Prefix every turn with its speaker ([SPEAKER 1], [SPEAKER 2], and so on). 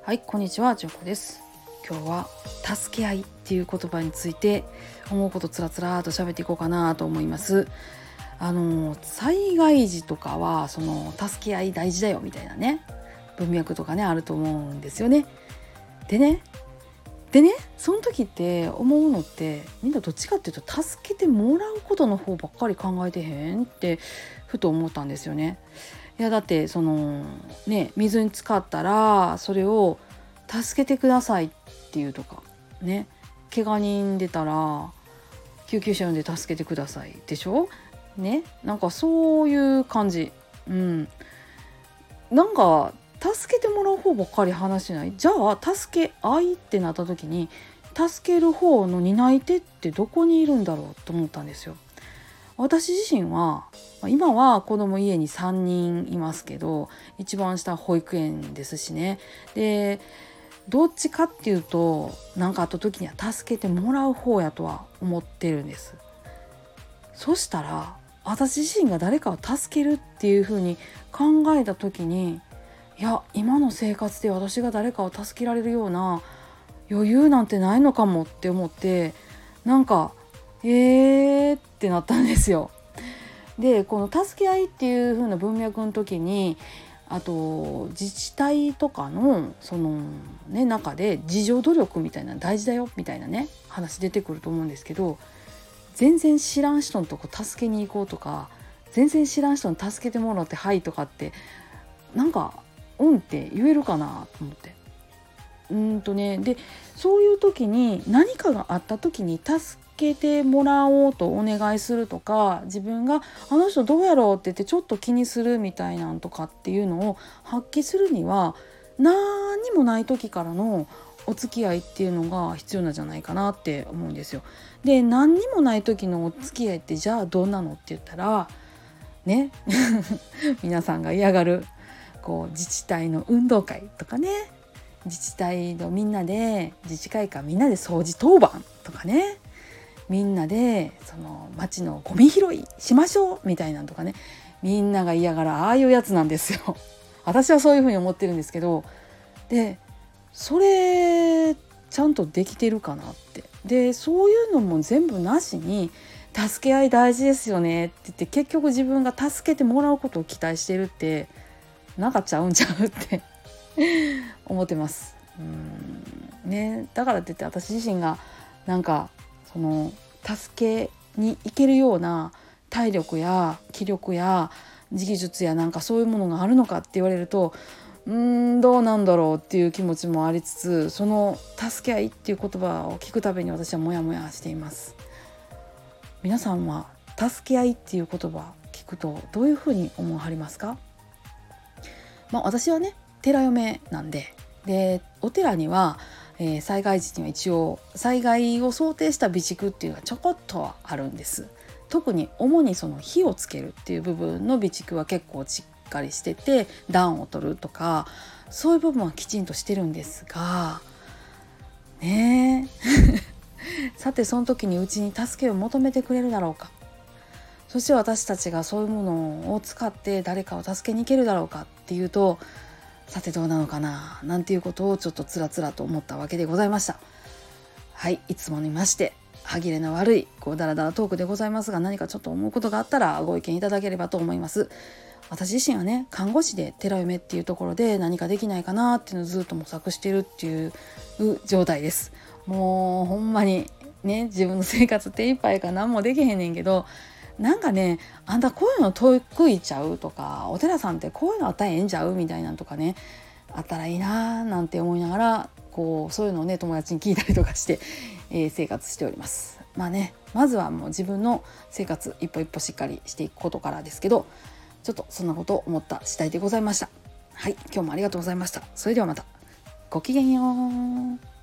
[SPEAKER 1] はい、こんにちは、じゅんこです。今日は助け合いっていう言葉について思うことつらつらと喋っていこうかなと思います。災害時とかはその助け合い大事だよみたいなね、文脈とかねあると思うんですよね。でね、その時って思うのってみんなどっちかっていうと助けてもらうことの方ばっかり考えてへんってふと思ったんですよね。いやだってそのね、水に浸かったらそれを助けてくださいっていうとかね、怪我人出たら救急車呼んで助けてくださいでしょね、なんかそういう感じ。なんか助けてもらう方ばっかり話しない。じゃあ助け合いってなった時に助ける方の担い手ってどこにいるんだろうと思ったんですよ。私自身は今は子供家に3人いますけど、一番下保育園ですしね。でどっちかっていうと何かあった時には助けてもらう方やとは思ってるんです。そしたら私自身が誰かを助けるっていう風に考えた時に、いや今の生活で私が誰かを助けられるような余裕なんてないのかもって思って、なんかってなったんですよ。でこの助け合いっていう風な文脈の時に、あと自治体とかのそのね中で自助努力みたいな大事だよみたいなね話出てくると思うんですけど、全然知らん人のとこ助けに行こうとか、全然知らん人に助けてもらってはいとかってなんかって言えるかなと思って。でそういう時に何かがあった時に助けてもらおうとお願いするとか、自分があの人どうやろうって言ってちょっと気にするみたいなんとかっていうのを発揮するには、何にもない時からのお付き合いっていうのが必要なんじゃないかなって思うんですよ。で何にもない時のお付き合いってじゃあどうなのって言ったらね皆さんが嫌がるこう自治体の運動会とかね、自治体のみんなで自治会館みんなで掃除当番とかね、みんなでその町のゴミ拾いしましょうみたいなのとかね、みんなが嫌がるああいうやつなんですよ。私はそういうふうに思ってるんですけど、でそれちゃんとできてるかなって。でそういうのも全部なしに助け合い大事ですよねって言って、結局自分が助けてもらうことを期待してるってなんかちゃうんちゃうって思ってます。だからって言って私自身がなんかその助けに行けるような体力や気力や技術やなんかそういうものがあるのかって言われると、どうなんだろうっていう気持ちもありつつ、その助け合いっていう言葉を聞くたびに私はモヤモヤしています。皆さんは助け合いっていう言葉聞くとどういうふうに思わはりますか？私はね寺嫁なんで、お寺には、災害時には一応災害を想定した備蓄っていうのがちょこっとはあるんです。特に主にその火をつけるっていう部分の備蓄は結構しっかりしてて、暖を取るとかそういう部分はきちんとしてるんですがねさてその時にうちに助けを求めてくれるだろうか、そして私たちがそういうものを使って誰かを助けに行けるだろうかっていうと、さてどうなのかななんていうことをちょっとつらつらと思ったわけでございました。はい、いつもにまして歯切れの悪いダラダラトークでございますが、何かちょっと思うことがあったらご意見いただければと思います。私自身はね看護師で寺嫁っていうところで何かできないかなっていうのをずっと模索してるっていう状態です。もうほんまにね自分の生活手一杯か何もできへんねんけど、なんかねあんたこういうの得意ちゃうとか、お寺さんってこういうのあったらええんちゃうみたいなんとかねあったらいいななんて思いながらそういうのをね友達に聞いたりとかして、生活しております。まずはもう自分の生活一歩一歩しっかりしていくことからですけど、ちょっとそんなことを思った次第でございました。はい、今日もありがとうございました。それではまた。ごきげんよう。